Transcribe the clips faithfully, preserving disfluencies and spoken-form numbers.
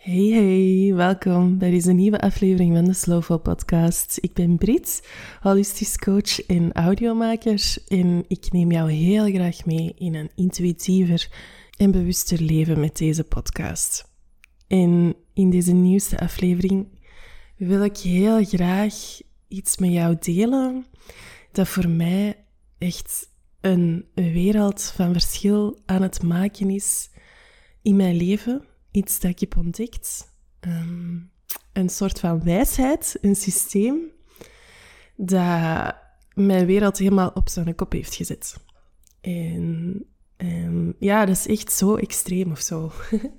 Hey hey, welkom bij deze nieuwe aflevering van de Slowful Podcast. Ik ben Brit, holistisch coach en audiomaker en ik neem jou heel graag mee in een intuïtiever en bewuster leven met deze podcast. En in deze nieuwste aflevering wil ik heel graag iets met jou delen dat voor mij echt een wereld van verschil aan het maken is in mijn leven. Iets dat ik heb ontdekt. Um, een soort van wijsheid, een systeem dat mijn wereld helemaal op zijn kop heeft gezet. En um, ja, dat is echt zo extreem of zo.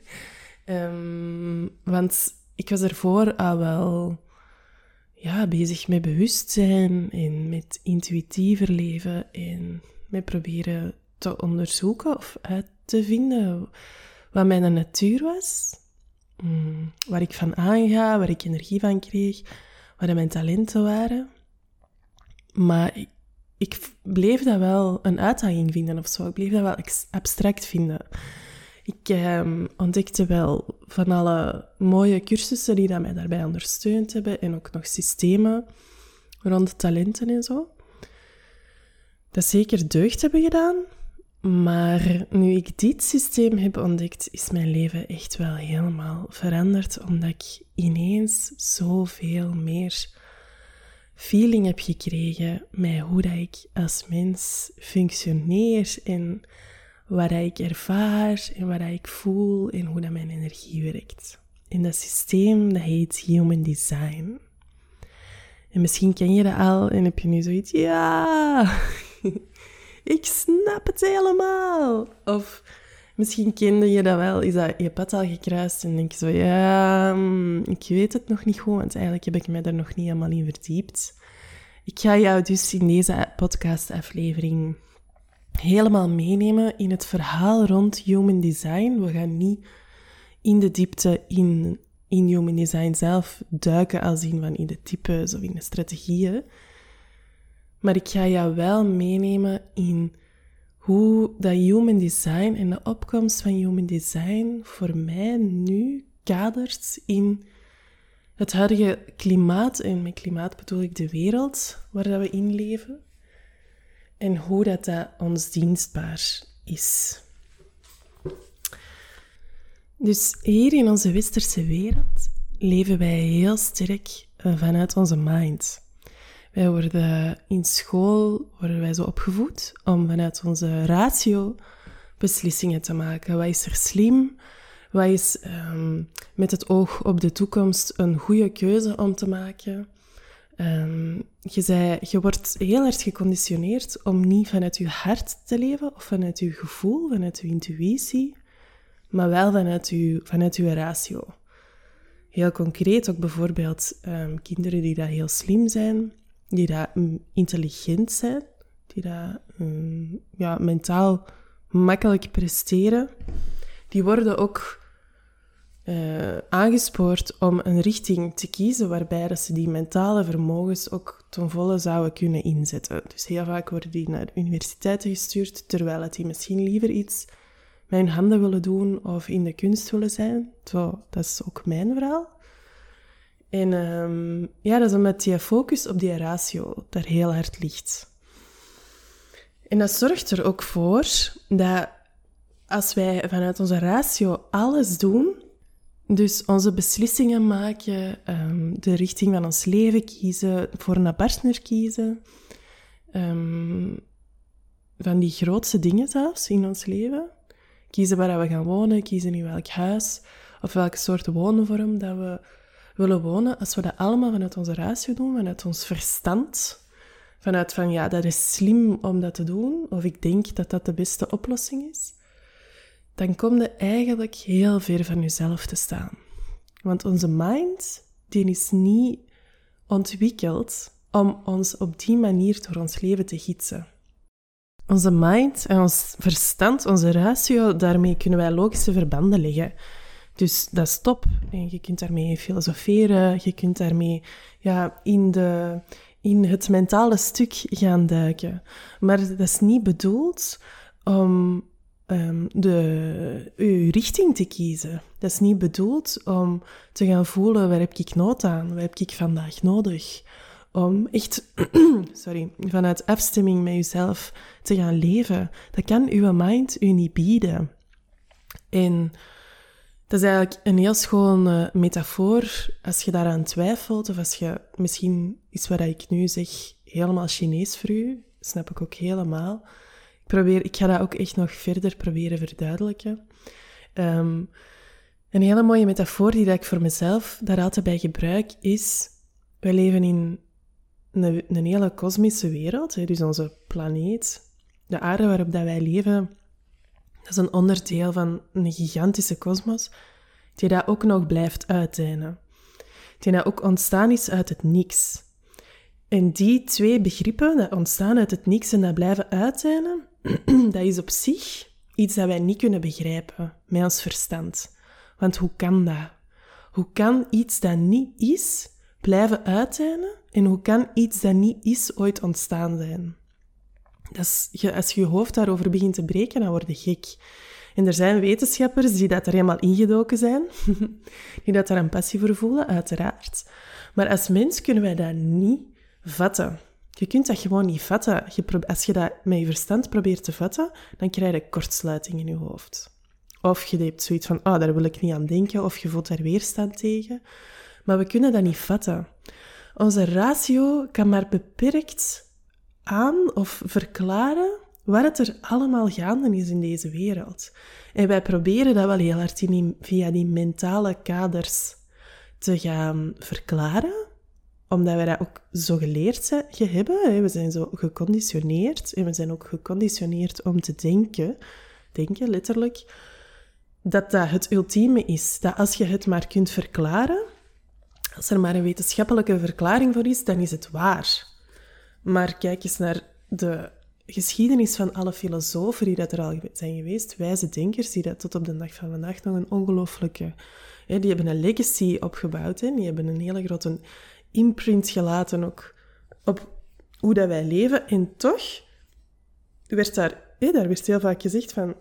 um, want ik was ervoor al wel ja, bezig met bewustzijn en met intuïtiever leven en met proberen te onderzoeken of uit te vinden wat mijn natuur was, waar ik van aanga, waar ik energie van kreeg, wat mijn talenten waren. Maar ik, ik bleef dat wel een uitdaging vinden of zo. Ik bleef dat wel abstract vinden. Ik eh, ontdekte wel van alle mooie cursussen die dat mij daarbij ondersteund hebben en ook nog systemen rond talenten en zo. Dat zeker deugd hebben gedaan. Maar nu ik dit systeem heb ontdekt, is mijn leven echt wel helemaal veranderd, omdat ik ineens zoveel meer feeling heb gekregen met hoe dat ik als mens functioneer en wat dat ik ervaar en wat dat ik voel en hoe dat mijn energie werkt. En dat systeem, dat heet Human Design. En misschien ken je dat al en heb je nu zoiets, ja... Ik snap het helemaal. Of misschien kende je dat wel. Is dat je pad al gekruist en denk je zo... Ja, ik weet het nog niet goed, want eigenlijk heb ik mij daar nog niet helemaal in verdiept. Ik ga jou dus in deze podcastaflevering helemaal meenemen in het verhaal rond Human Design. We gaan niet in de diepte in, in Human Design zelf duiken als in van in de types of in de strategieën. Maar ik ga jou wel meenemen in hoe dat Human Design en de opkomst van Human Design voor mij nu kadert in het huidige klimaat. En met klimaat bedoel ik de wereld waar dat we in leven. En hoe dat, dat ons dienstbaar is. Dus hier in onze westerse wereld leven wij heel sterk vanuit onze mind. Wij worden in school worden wij zo opgevoed om vanuit onze ratio beslissingen te maken. Wat is er slim? Wat is um, met het oog op de toekomst een goede keuze om te maken? Um, je, zei, je wordt heel erg geconditioneerd om niet vanuit je hart te leven of vanuit je gevoel, vanuit je intuïtie, maar wel vanuit je, vanuit je ratio. Heel concreet ook bijvoorbeeld um, kinderen die dat heel slim zijn, die dat intelligent zijn, die dat um, ja, mentaal makkelijk presteren, die worden ook uh, aangespoord om een richting te kiezen waarbij dat ze die mentale vermogens ook ten volle zouden kunnen inzetten. Dus heel vaak worden die naar universiteiten gestuurd, terwijl het die misschien liever iets met hun handen willen doen of in de kunst willen zijn. Zo, dat is ook mijn verhaal. En um, ja, dat is omdat die focus op die ratio daar heel hard ligt. En dat zorgt er ook voor dat als wij vanuit onze ratio alles doen, dus onze beslissingen maken, um, de richting van ons leven kiezen, voor een partner kiezen, um, van die grootste dingen zelfs in ons leven, kiezen waar we gaan wonen, kiezen in welk huis of welke soort wonenvorm dat we willen wonen, als we dat allemaal vanuit onze ratio doen, vanuit ons verstand, vanuit van, ja, dat is slim om dat te doen, of ik denk dat dat de beste oplossing is, dan kom je eigenlijk heel ver van jezelf te staan. Want onze mind, die is niet ontwikkeld om ons op die manier door ons leven te gidsen. Onze mind en ons verstand, onze ratio, daarmee kunnen wij logische verbanden leggen. Dus dat is top. En je kunt daarmee filosoferen, je kunt daarmee ja, in, de, in het mentale stuk gaan duiken. Maar dat is niet bedoeld om um, de, uw richting te kiezen. Dat is niet bedoeld om te gaan voelen, waar heb ik nood aan? Wat heb ik vandaag nodig? Om echt sorry, vanuit afstemming met jezelf te gaan leven. Dat kan uw mind u niet bieden. En dat is eigenlijk een heel schone metafoor als je daaraan twijfelt, of als je misschien iets wat ik nu zeg helemaal Chinees voor u, snap ik ook helemaal. Ik, probeer, ik ga dat ook echt nog verder proberen verduidelijken. Um, een hele mooie metafoor die dat ik voor mezelf daar altijd bij gebruik is, we leven in een, een hele kosmische wereld, hè, dus onze planeet, de aarde waarop dat wij leven, dat is een onderdeel van een gigantische kosmos, die dat ook nog blijft uitdijnen. Die dat ook ontstaan is uit het niks. En die twee begrippen, dat ontstaan uit het niks en dat blijven uitdijnen, dat is op zich iets dat wij niet kunnen begrijpen met ons verstand. Want hoe kan dat? Hoe kan iets dat niet is, blijven uitdijnen? En hoe kan iets dat niet is, ooit ontstaan zijn? Dat is, als je je hoofd daarover begint te breken, dan word je gek. En er zijn wetenschappers die dat er helemaal ingedoken zijn, die dat daar een passie voor voelen, uiteraard. Maar als mens kunnen wij dat niet vatten. Je kunt dat gewoon niet vatten. Je pro- als je dat met je verstand probeert te vatten, dan krijg je kortsluiting in je hoofd. Of je hebt zoiets van, oh, daar wil ik niet aan denken, of je voelt daar weerstand tegen. Maar we kunnen dat niet vatten. Onze ratio kan maar beperkt aan of verklaren wat het er allemaal gaande is in deze wereld. En wij proberen dat wel heel hard in die, via die mentale kaders te gaan verklaren, omdat wij dat ook zo geleerd zijn, hebben. We zijn zo geconditioneerd en we zijn ook geconditioneerd om te denken, denken letterlijk, dat dat het ultieme is. Dat als je het maar kunt verklaren, als er maar een wetenschappelijke verklaring voor is, dan is het waar. Maar kijk eens naar de geschiedenis van alle filosofen die dat er al zijn geweest, wijze denkers, die dat tot op de dag van vandaag nog een ongelooflijke... Hè, die hebben een legacy opgebouwd, hè, die hebben een hele grote imprint gelaten ook op hoe dat wij leven. En toch werd daar, hè, daar werd heel vaak gezegd van,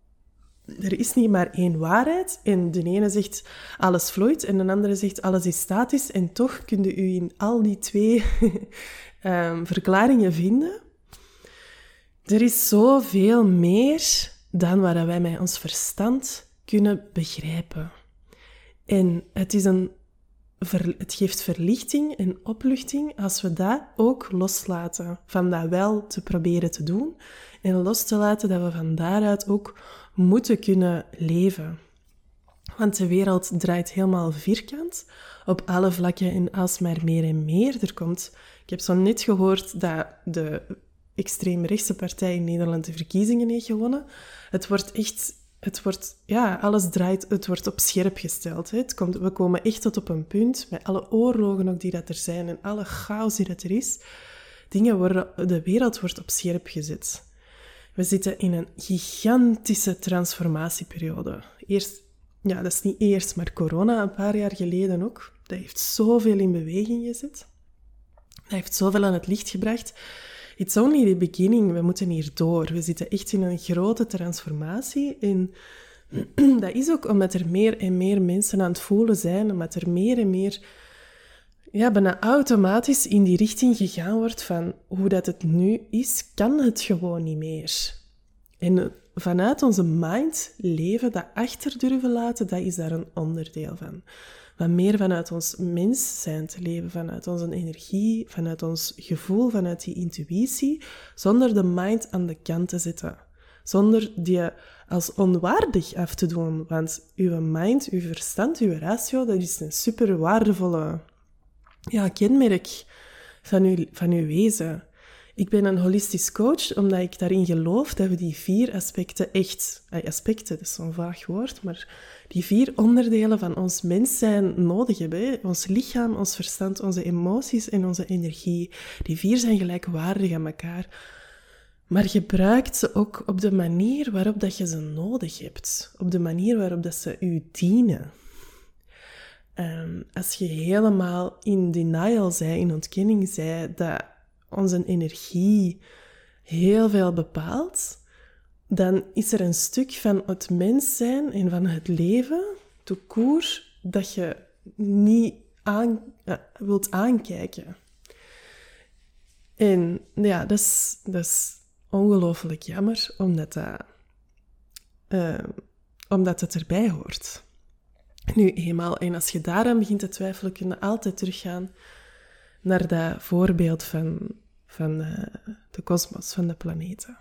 er is niet maar één waarheid. En de ene zegt, alles vloeit, en de andere zegt, alles is statisch. En toch kun je u in al die twee um, verklaringen vinden. Er is zoveel meer dan wat wij met ons verstand kunnen begrijpen. En het, is een ver, het geeft verlichting en opluchting als we dat ook loslaten. Van dat wel te proberen te doen. En los te laten dat we van daaruit ook moeten kunnen leven. Want de wereld draait helemaal vierkant, op alle vlakken en alsmaar meer en meer. Er komt, ik heb zo net gehoord dat de extreemrechtse partij in Nederland de verkiezingen heeft gewonnen. Het wordt echt, het wordt, ja, alles draait, het wordt op scherp gesteld. Hè. Het komt, we komen echt tot op een punt, met alle oorlogen ook die dat er zijn en alle chaos die dat er is, dingen worden, de wereld wordt op scherp gezet. We zitten in een gigantische transformatieperiode. Eerst, ja, dat is niet eerst, maar corona een paar jaar geleden ook. Dat heeft zoveel in beweging gezet. Dat heeft zoveel aan het licht gebracht. It's only the beginning. We moeten hier door. We zitten echt in een grote transformatie. En dat is ook omdat er meer en meer mensen aan het voelen zijn, omdat er meer en meer, ja, bijna automatisch in die richting gegaan wordt van hoe dat het nu is, kan het gewoon niet meer. En vanuit onze mind leven, dat achter durven laten, dat is daar een onderdeel van. Maar meer vanuit ons mens zijn te leven, vanuit onze energie, vanuit ons gevoel, vanuit die intuïtie, zonder de mind aan de kant te zetten. Zonder die als onwaardig af te doen. Want uw mind, uw verstand, uw ratio, dat is een super waardevolle, ja, kenmerk van uw, van uw wezen. Ik ben een holistisch coach, omdat ik daarin geloof dat we die vier aspecten echt... Aspecten, dat is zo'n vaag woord, maar die vier onderdelen van ons mens zijn nodig hebben. Hè? Ons lichaam, ons verstand, onze emoties en onze energie. Die vier zijn gelijkwaardig aan elkaar. Maar gebruik ze ook op de manier waarop dat je ze nodig hebt. Op de manier waarop dat ze u dienen. Um, als je helemaal in denial zij, in ontkenning zij, dat onze energie heel veel bepaalt, dan is er een stuk van het mens zijn en van het leven, de koers, dat je niet aan, uh, wilt aankijken. En ja, dat is, dat is ongelooflijk jammer, omdat dat, uh, omdat het erbij hoort. Nu eenmaal, en als je daaraan begint te twijfelen, kun je altijd teruggaan naar dat voorbeeld van, van uh, de kosmos, van de planeten.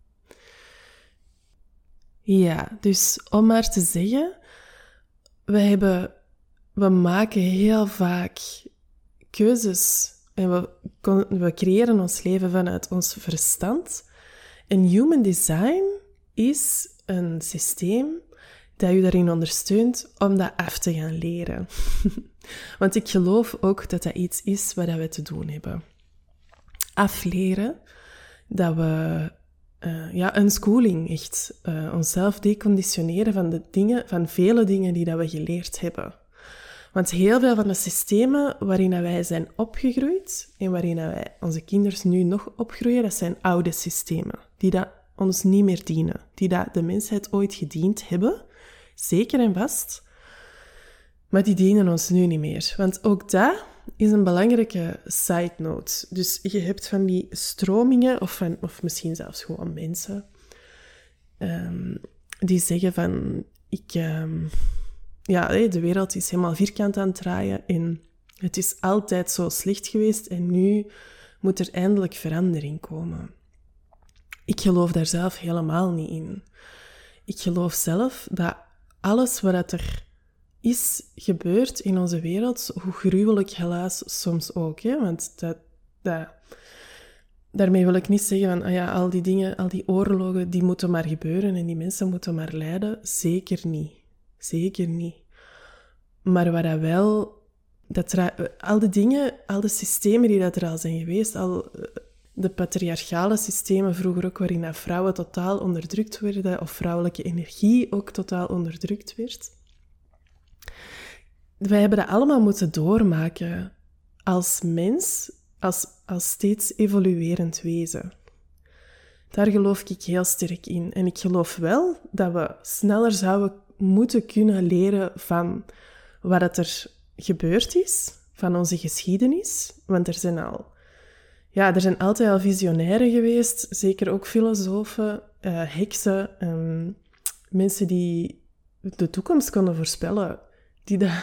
Ja, dus om maar te zeggen, we, hebben, we maken heel vaak keuzes en we, we creëren ons leven vanuit ons verstand. En human design is een systeem dat je daarin ondersteunt om dat af te gaan leren. Want ik geloof ook dat dat iets is wat we te doen hebben. Afleren, dat we uh, ja, unschooling, echt uh, onszelf deconditioneren van de dingen, van vele dingen die dat we geleerd hebben. Want heel veel van de systemen waarin wij zijn opgegroeid en waarin wij onze kinderen nu nog opgroeien, dat zijn oude systemen, die dat ons niet meer dienen, die dat de mensheid ooit gediend hebben, zeker en vast, maar die dienen ons nu niet meer. Want ook dat is een belangrijke side note. Dus je hebt van die stromingen, of, van, of misschien zelfs gewoon mensen, um, die zeggen van, ik, um, ja, de wereld is helemaal vierkant aan het draaien en het is altijd zo slecht geweest en nu moet er eindelijk verandering komen. Ik geloof daar zelf helemaal niet in. Ik geloof zelf dat alles wat er is gebeurd in onze wereld, hoe gruwelijk helaas soms ook, hè? Want dat, dat, daarmee wil ik niet zeggen van, ah ja, al die dingen, al die oorlogen, die moeten maar gebeuren en die mensen moeten maar lijden. Zeker niet. Zeker niet. Maar wat dat wel, dat ra- al die dingen, al de systemen die dat er al zijn geweest, al de patriarchale systemen vroeger ook, waarin dat vrouwen totaal onderdrukt werden, of vrouwelijke energie ook totaal onderdrukt werd. Wij hebben dat allemaal moeten doormaken als mens, als, als steeds evoluerend wezen. Daar geloof ik heel sterk in. En ik geloof wel dat we sneller zouden moeten kunnen leren van wat het er gebeurd is, van onze geschiedenis. Want er zijn al, ja, er zijn altijd al visionairen geweest, zeker ook filosofen, uh, heksen, um, mensen die de toekomst konden voorspellen. Die dat,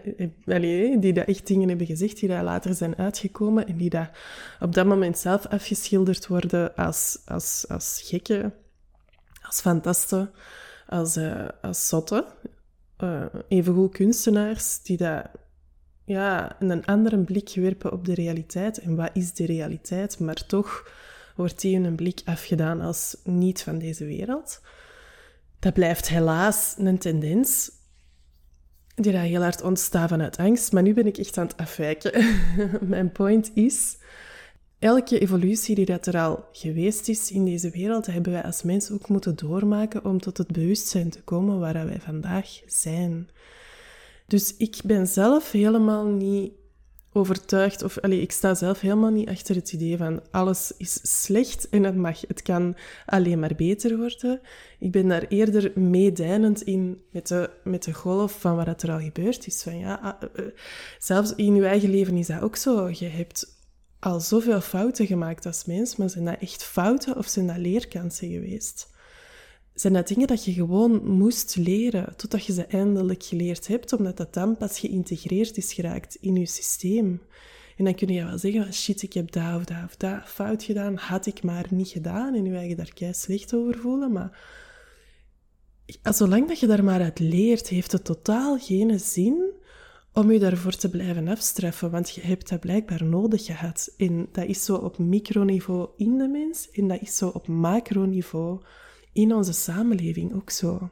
die dat echt dingen hebben gezegd, die daar later zijn uitgekomen en die dat op dat moment zelf afgeschilderd worden als, als, als gekken, als fantasten, als, uh, als zotten. Uh, evengoed kunstenaars die dat, ja, een andere blik werpen op de realiteit. En wat is de realiteit? Maar toch wordt die in een blik afgedaan als niet van deze wereld. Dat blijft helaas een tendens die daar heel hard ontstaat vanuit angst. Maar nu ben ik echt aan het afwijken. Mijn point is, elke evolutie die dat er al geweest is in deze wereld, dat hebben wij als mens ook moeten doormaken om tot het bewustzijn te komen waar wij vandaag zijn. Dus ik ben zelf helemaal niet overtuigd, of allee, ik sta zelf helemaal niet achter het idee van alles is slecht en het mag, het kan alleen maar beter worden. Ik ben daar eerder meedijnend in met de, met de golf van wat er al gebeurd is. Van, ja, uh, uh, zelfs in je eigen leven is dat ook zo. Je hebt al zoveel fouten gemaakt als mens, maar zijn dat echt fouten of zijn dat leerkansen geweest? Zijn dat dingen dat je gewoon moest leren, totdat je ze eindelijk geleerd hebt, omdat dat dan pas geïntegreerd is geraakt in je systeem. En dan kun je wel zeggen, shit, ik heb dat of dat of dat fout gedaan, had ik maar niet gedaan, en je eigen daar kei slecht over voelen, maar zolang dat je daar maar uit leert, heeft het totaal geen zin om je daarvoor te blijven afstraffen, want je hebt dat blijkbaar nodig gehad. En dat is zo op microniveau in de mens, en dat is zo op macroniveau in onze samenleving ook zo.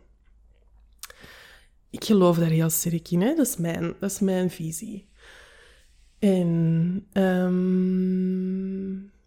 Ik geloof daar heel sterk in, hè? Dat is mijn, dat is mijn visie. En um,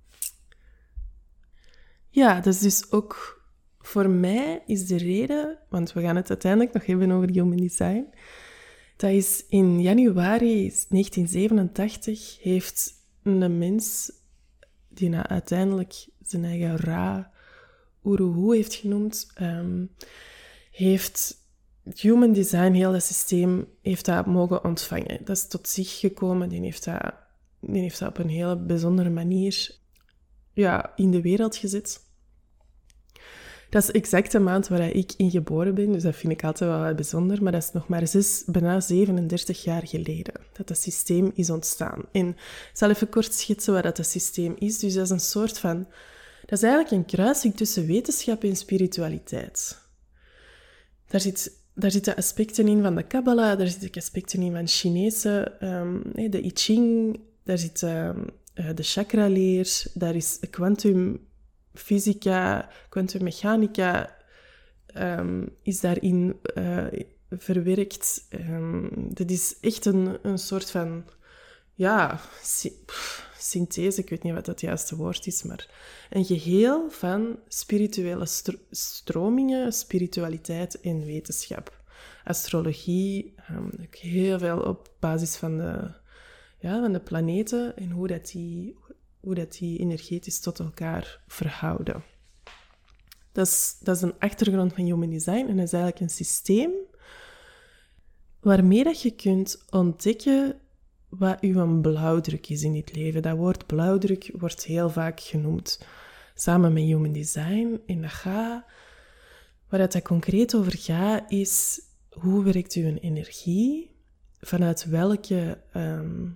ja, dat is dus ook voor mij is de reden, want we gaan het uiteindelijk nog hebben over human design. Dat is in januari negentien zevenentachtig heeft een mens die nou uiteindelijk zijn eigen Ra Uruhu heeft genoemd, um, heeft Human Design, heel dat systeem, heeft dat mogen ontvangen. Dat is tot zich gekomen, die heeft dat, die heeft dat op een hele bijzondere manier ja, in de wereld gezet. Dat is exact de maand waar ik in geboren ben, dus dat vind ik altijd wel bijzonder, maar dat is nog maar zes, bijna zevenendertig jaar geleden dat dat systeem is ontstaan. En ik zal even kort schetsen wat dat systeem is. Dus dat is een soort van... Dat is eigenlijk een kruising tussen wetenschap en spiritualiteit. Daar, zit, daar zitten aspecten in van de Kabbalah, daar zitten aspecten in van Chinese, um, de I Ching, daar zit um, de chakra-leer, daar is kwantumfysica, kwantummechanica, um, is daarin uh, verwerkt. Um, dat is echt een, een soort van, ja, sy- pff, synthese, ik weet niet wat dat het juiste woord is, maar een geheel van spirituele stro- stromingen, spiritualiteit en wetenschap. Astrologie, um, ook heel veel op basis van de, ja, van de planeten en hoe dat die, hoe dat die energetisch tot elkaar verhouden. Dat is, dat is een achtergrond van Human Design en dat is eigenlijk een systeem waarmee dat je kunt ontdekken wat uw blauwdruk is in het leven. Dat woord blauwdruk wordt heel vaak genoemd samen met Human Design. En dat gaat, waar het dat concreet over gaat, is hoe werkt uw energie? Vanuit welke... Um,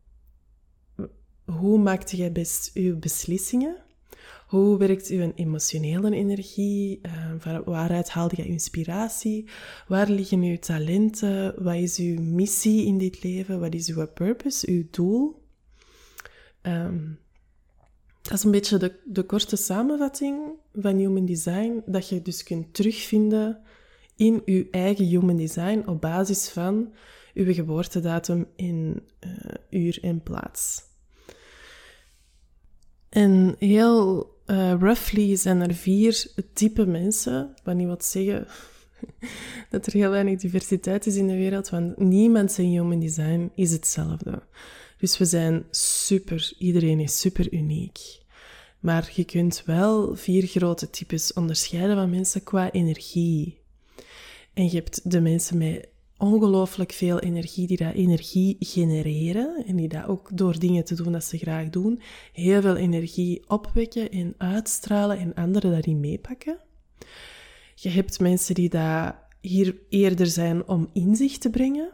hoe maakt jij best uw beslissingen? Hoe werkt uw emotionele energie? Uh, van waaruit haal je inspiratie? Waar liggen uw talenten? Wat is uw missie in dit leven? Wat is uw purpose, uw doel? Um, dat is een beetje de, de korte samenvatting van Human Design, dat je dus kunt terugvinden in uw eigen Human Design op basis van uw geboortedatum in uh, uur en plaats. En heel uh, roughly zijn er vier typen mensen, wat niet wil zeggen dat er heel weinig diversiteit is in de wereld, want niemand zijn Human Design is hetzelfde. Dus we zijn super, iedereen is super uniek. Maar je kunt wel vier grote types onderscheiden van mensen qua energie. En je hebt de mensen met ongelooflijk veel energie, die dat energie genereren en die dat ook door dingen te doen dat ze graag doen, heel veel energie opwekken en uitstralen en anderen dat niet meepakken. Je hebt mensen die dat hier eerder zijn om inzicht te brengen.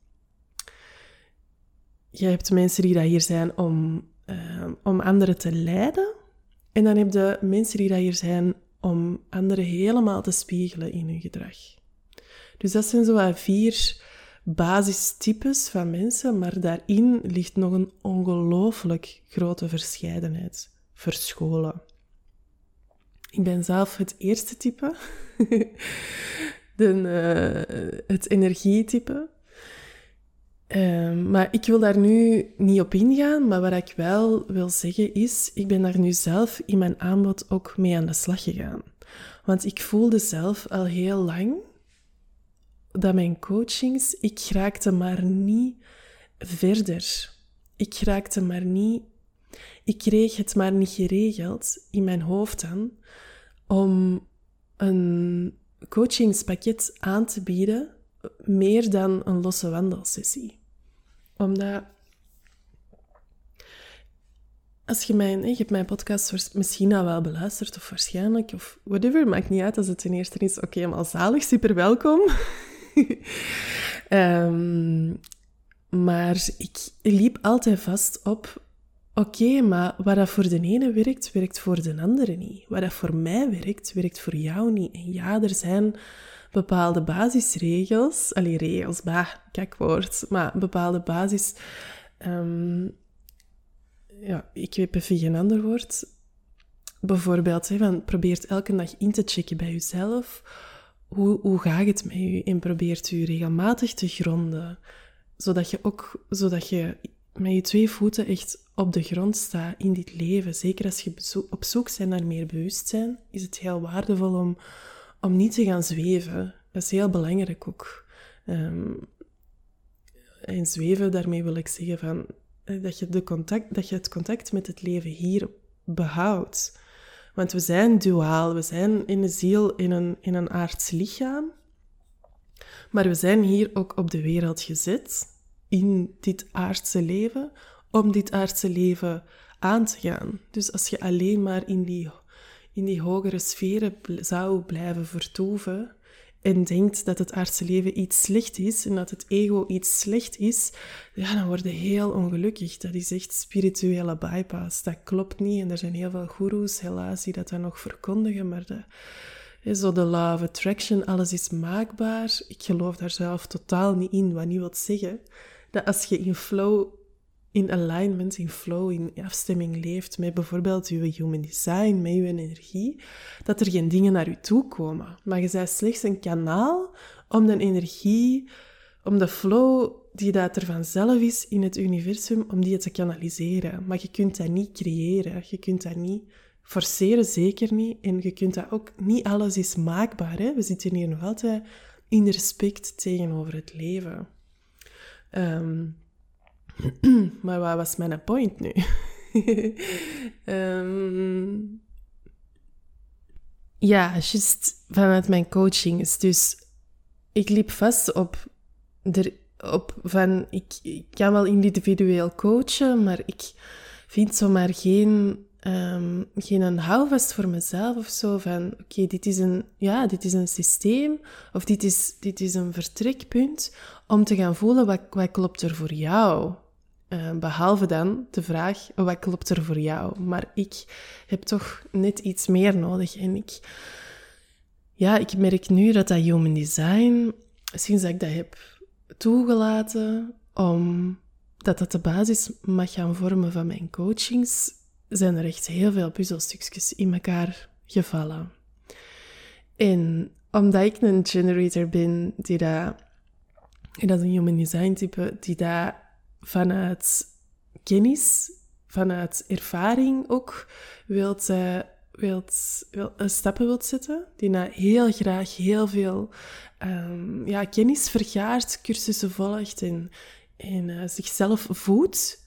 Je hebt mensen die dat hier zijn om, uh, om anderen te leiden. En dan heb je mensen die dat hier zijn om anderen helemaal te spiegelen in hun gedrag. Dus dat zijn zo vier basistypes van mensen, maar daarin ligt nog een ongelooflijk grote verscheidenheid verscholen. Ik ben zelf het eerste type, de, uh, het energietype. Uh, maar ik wil daar nu niet op ingaan, maar wat ik wel wil zeggen is, ik ben daar nu zelf in mijn aanbod ook mee aan de slag gegaan. Want ik voelde zelf al heel lang dat mijn coachings, ik raakte maar niet verder. Ik raakte maar niet... Ik kreeg het maar niet geregeld in mijn hoofd dan om een coachingspakket aan te bieden meer dan een losse wandelsessie. Omdat... Als je mijn... Je hebt mijn podcast misschien al wel beluisterd, of waarschijnlijk, of whatever, maakt niet uit als het ten eerste is. Oké, okay, maar zalig, super welkom. um, maar ik liep altijd vast op... Oké, okay, maar wat dat voor de ene werkt, werkt voor de andere niet. Wat dat voor mij werkt, werkt voor jou niet. En ja, er zijn bepaalde basisregels. Allee, regels, bah, kakwoord. Maar bepaalde basis... Um, ja, ik weet even geen ander woord. Bijvoorbeeld, hè, van, probeert elke dag in te checken bij jezelf. Hoe, hoe gaat het met je? En probeert u regelmatig te gronden. Zodat je ook... Zodat je met je twee voeten echt op de grond staat in dit leven. Zeker als je op zoek bent naar meer bewustzijn, is het heel waardevol om, om niet te gaan zweven. Dat is heel belangrijk ook. Um, en zweven, daarmee wil ik zeggen van, dat, je de contact, dat je het contact met het leven hier behoudt. Want we zijn duaal, we zijn in de ziel in een, in een aards lichaam. Maar we zijn hier ook op de wereld gezet, in dit aardse leven, om dit aardse leven aan te gaan. Dus als je alleen maar in die, in die hogere sferen zou blijven vertoeven en denkt dat het aardse leven iets slecht is en dat het ego iets slecht is, ja, dan word je heel ongelukkig. Dat is echt spirituele bypass. Dat klopt niet en er zijn heel veel goeroes, helaas, die dat dan nog verkondigen, maar de, zo de law of attraction, alles is maakbaar. Ik geloof daar zelf totaal niet in, wat niet wil zeggen dat als je in flow, in alignment, in flow, in afstemming leeft met bijvoorbeeld je human design, met je energie, dat er geen dingen naar je toe komen. Maar je bent slechts een kanaal om de energie, om de flow die dat er vanzelf is in het universum, om die te kanaliseren. Maar je kunt dat niet creëren, je kunt dat niet forceren, zeker niet. En je kunt dat ook, niet alles is maakbaar. Hè? We zitten hier nog altijd in respect tegenover het leven. Um, maar wat was mijn point nu? um, ja, juist vanuit mijn coaching. Dus ik liep vast op, er, op van, ik, ik kan wel individueel coachen, maar ik vind zomaar geen, um, geen houvast voor mezelf of zo. Van, oké, okay, dit is een, ja, dit is een systeem, of dit is, dit is een vertrekpunt om te gaan voelen wat, wat klopt er voor jou. Uh, behalve dan de vraag, wat klopt er voor jou? Maar ik heb toch net iets meer nodig. En ik, ja, ik merk nu dat dat human design, sinds dat ik dat heb toegelaten, om, dat dat de basis mag gaan vormen van mijn coachings, zijn er echt heel veel puzzelstukjes in elkaar gevallen. En omdat ik een generator ben, die dat, die dat een human design type, die dat vanuit kennis, vanuit ervaring ook wilt, uh, wilt, wil, uh, stappen wilt zetten. Die na heel graag heel veel um, ja, kennis vergaart, cursussen volgt en, en uh, zichzelf voedt.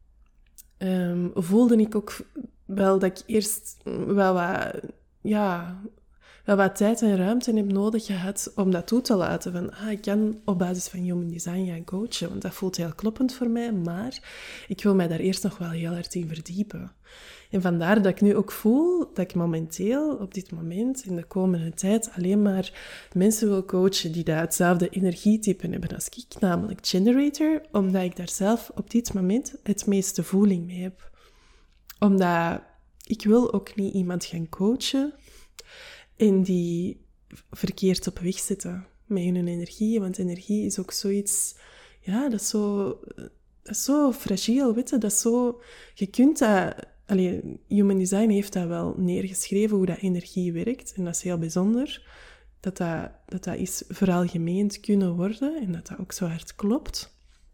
Um, voelde ik ook wel dat ik eerst wel wat, ja, wel wat tijd en ruimte heb nodig gehad om dat toe te laten. Van, ah, ik kan op basis van human design gaan coachen, want dat voelt heel kloppend voor mij, maar ik wil mij daar eerst nog wel heel hard in verdiepen. En vandaar dat ik nu ook voel dat ik momenteel, op dit moment, in de komende tijd, alleen maar mensen wil coachen die dat hetzelfde energietype hebben als ik, namelijk generator, omdat ik daar zelf op dit moment het meeste voeling mee heb. Omdat ik wil ook niet iemand gaan coachen en die verkeerd op weg zetten met hun energie. Want energie is ook zoiets, ja, dat is zo, dat is zo fragiel, weet je. Dat is zo, je kunt dat, allee, Human Design heeft dat wel neergeschreven, hoe dat energie werkt. En dat is heel bijzonder, dat dat, dat, dat is veralgemeend kunnen worden en dat dat ook zo hard klopt.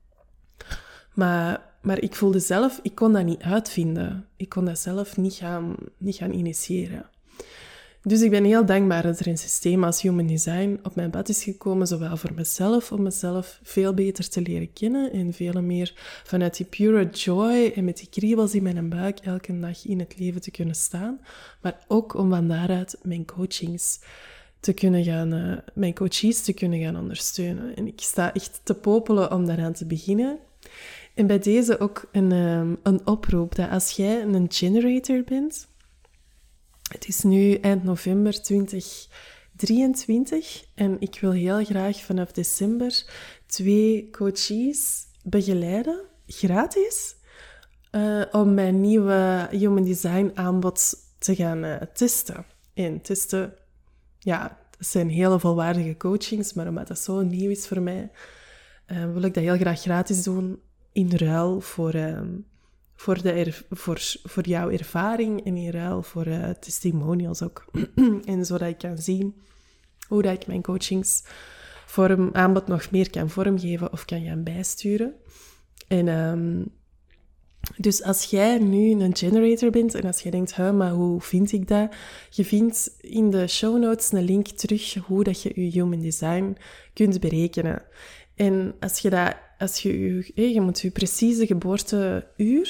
Maar, maar ik voelde zelf, ik kon dat niet uitvinden. Ik kon dat zelf niet gaan, niet gaan initiëren. Dus ik ben heel dankbaar dat er een systeem als Human Design op mijn pad is gekomen, zowel voor mezelf, om mezelf veel beter te leren kennen en veel meer vanuit die pure joy en met die kriebels in mijn buik elke dag in het leven te kunnen staan, maar ook om van daaruit mijn coachings te kunnen gaan, uh, mijn coaches te kunnen gaan ondersteunen. En ik sta echt te popelen om daaraan te beginnen. En bij deze ook een, um, een oproep dat als jij een generator bent, het is nu eind november twintig drieëntwintig en ik wil heel graag vanaf december twee coaches begeleiden, gratis, uh, om mijn nieuwe Human Design aanbod te gaan uh, testen. En testen, ja, dat zijn hele volwaardige coachings, maar omdat dat zo nieuw is voor mij, uh, wil ik dat heel graag gratis doen in ruil voor... Uh, Voor, de er, voor, voor jouw ervaring en in ruil voor uh, testimonials ook. En zodat ik kan zien hoe dat ik mijn coachingsvorm aanbod nog meer kan vormgeven of kan gaan bijsturen. En um, dus als jij nu een generator bent en als jij denkt, huh, maar hoe vind ik dat? Je vindt in de show notes een link terug hoe dat je je human design kunt berekenen. En als je dat, als je, je, je moet je precieze geboorteuur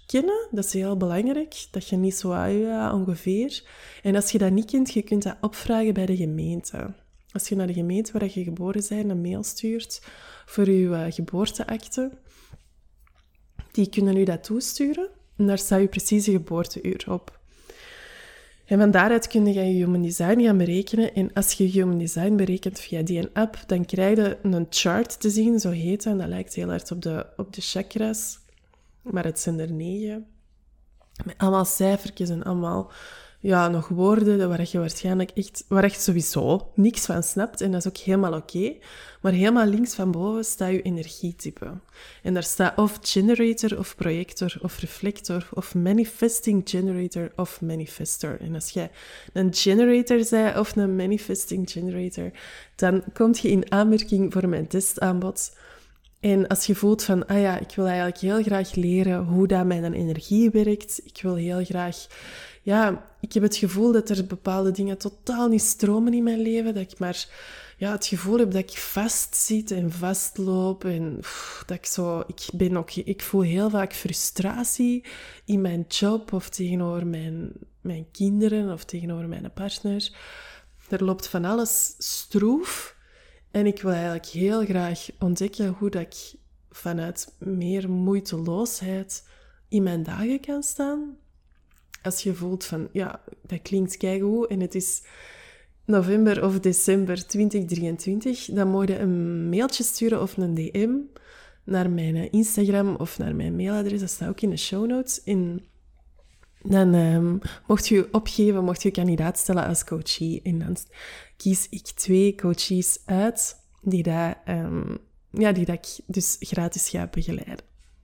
kennen. Dat is heel belangrijk. Dat je niet zo, ah, ja, ongeveer. En als je dat niet kent, je kunt dat opvragen bij de gemeente. Als je naar de gemeente waar je geboren bent een mail stuurt voor je uh, geboorteakte, die kunnen u dat toesturen. En daar staat je precieze geboorteuur op. En van daaruit kun je je Human Design gaan berekenen. En als je Human Design berekent via die app, dan krijg je een chart te zien, zo heet dat. En dat lijkt heel hard op de, op de chakras. Maar het zijn er negen. Met allemaal cijfertjes en allemaal ja, nog woorden waar je waarschijnlijk echt, waar je sowieso niks van snapt. En dat is ook helemaal oké. Okay. Maar helemaal links van boven staat je energietype. En daar staat of generator, of projector, of reflector, of manifesting generator, of manifestor. En als jij een generator bent, of een manifesting generator, dan kom je in aanmerking voor mijn testaanbod. En als je voelt van, ah ja, ik wil eigenlijk heel graag leren hoe dat mijn energie werkt. Ik wil heel graag, ja, ik heb het gevoel dat er bepaalde dingen totaal niet stromen in mijn leven. Dat ik maar, ja, het gevoel heb dat ik vastzit en vastloop. En pff, dat ik zo, ik ben ook, ik voel heel vaak frustratie in mijn job of tegenover mijn, mijn kinderen of tegenover mijn partner. Er loopt van alles stroef. En ik wil eigenlijk heel graag ontdekken hoe dat ik vanuit meer moeiteloosheid in mijn dagen kan staan. Als je voelt van, ja, dat klinkt keigoed en het is november of december twintig drieëntwintig, dan mag je een mailtje sturen of een D M naar mijn Instagram of naar mijn mailadres. Dat staat ook in de show notes. En dan um, mocht je opgeven, mocht je kandidaat stellen als coachie. En dan kies ik twee coaches uit die dat, um, ja, die dat ik dus gratis ga begeleiden.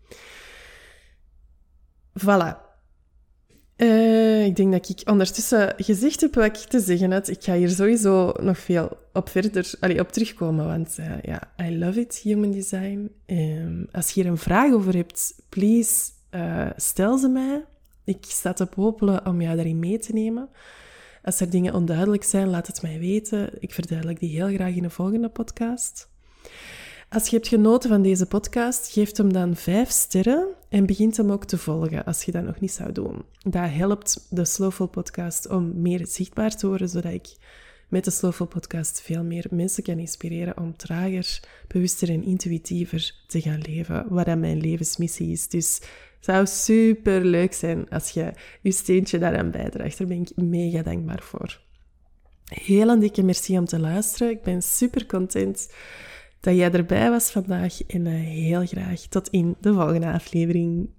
Voilà. Uh, ik denk dat ik ondertussen gezegd heb wat ik te zeggen had. Ik ga hier sowieso nog veel op verder allee, op terugkomen, want uh, ja, I love it, Human Design. Um, als je hier een vraag over hebt, please uh, stel ze mij. Ik sta te popelen om jou daarin mee te nemen. Als er dingen onduidelijk zijn, laat het mij weten. Ik verduidelijk die heel graag in de volgende podcast. Als je hebt genoten van deze podcast, geef hem dan vijf sterren en begint hem ook te volgen als je dat nog niet zou doen. Dat helpt de Slowful podcast om meer zichtbaar te worden, zodat ik met de Slowful podcast veel meer mensen kan inspireren om trager, bewuster en intuïtiever te gaan leven, wat dat mijn levensmissie is. Dus het zou super leuk zijn als je je steentje daaraan bijdraagt. Daar ben ik mega dankbaar voor. Heel een dikke merci om te luisteren. Ik ben super content dat jij erbij was vandaag en heel graag tot in de volgende aflevering.